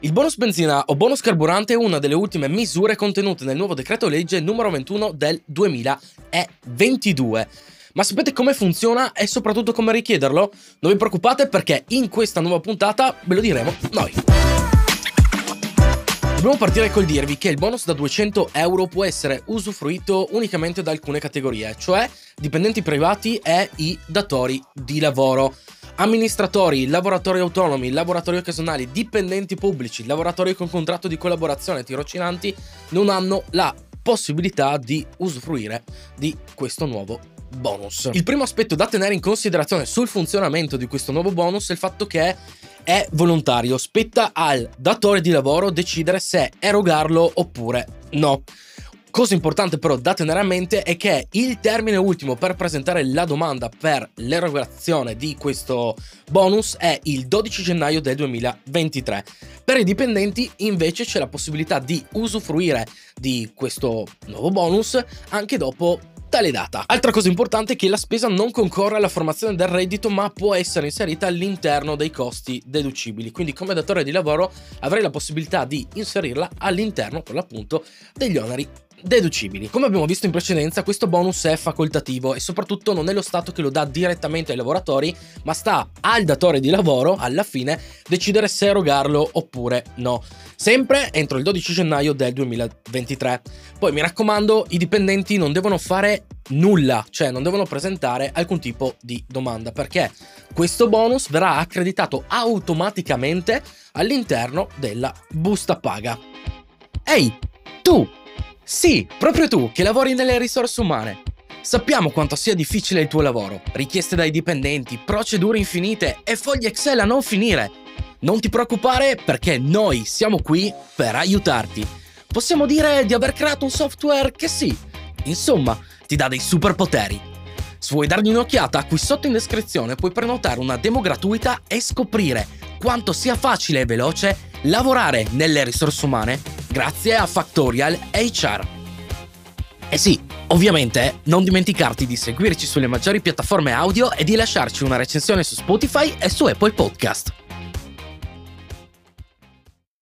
Il bonus benzina o bonus carburante è una delle ultime misure contenute nel nuovo decreto legge numero 21 del 2022. Ma sapete come funziona e soprattutto come richiederlo? Non vi preoccupate perché in questa nuova puntata ve lo diremo noi. Dobbiamo partire col dirvi che il bonus da 200 euro può essere usufruito unicamente da alcune categorie, cioè dipendenti privati e i datori di lavoro. Amministratori, lavoratori autonomi, lavoratori occasionali, dipendenti pubblici, lavoratori con contratto di collaborazione, tirocinanti non hanno la possibilità di usufruire di questo nuovo bonus. Il primo aspetto da tenere in considerazione sul funzionamento di questo nuovo bonus è il fatto che è volontario, spetta al datore di lavoro decidere se erogarlo oppure no. Cosa importante però da tenere a mente è che il termine ultimo per presentare la domanda per l'erogazione di questo bonus è il 12 gennaio del 2023. Per i dipendenti invece c'è la possibilità di usufruire di questo nuovo bonus anche dopo tale data. Altra cosa importante è che la spesa non concorre alla formazione del reddito ma può essere inserita all'interno dei costi deducibili, quindi come datore di lavoro avrei la possibilità di inserirla all'interno per l'appunto degli oneri deducibili. Come abbiamo visto in precedenza, questo bonus è facoltativo e soprattutto non è lo Stato che lo dà direttamente ai lavoratori, ma sta al datore di lavoro alla fine decidere se erogarlo oppure no, sempre entro il 12 gennaio del 2023. Poi mi raccomando, i dipendenti non devono fare nulla, cioè non devono presentare alcun tipo di domanda, perché questo bonus verrà accreditato automaticamente all'interno della busta paga. Ehi, tu! Sì, proprio tu che lavori nelle risorse umane. Sappiamo quanto sia difficile il tuo lavoro, richieste dai dipendenti, procedure infinite e fogli Excel a non finire. Non ti preoccupare perché noi siamo qui per aiutarti. Possiamo dire di aver creato un software che sì, insomma, ti dà dei superpoteri. Se vuoi dargli un'occhiata, qui sotto in descrizione puoi prenotare una demo gratuita e scoprire quanto sia facile e veloce lavorare nelle risorse umane grazie a Factorial HR. E sì, ovviamente non dimenticarti di seguirci sulle maggiori piattaforme audio e di lasciarci una recensione su Spotify e su Apple Podcast.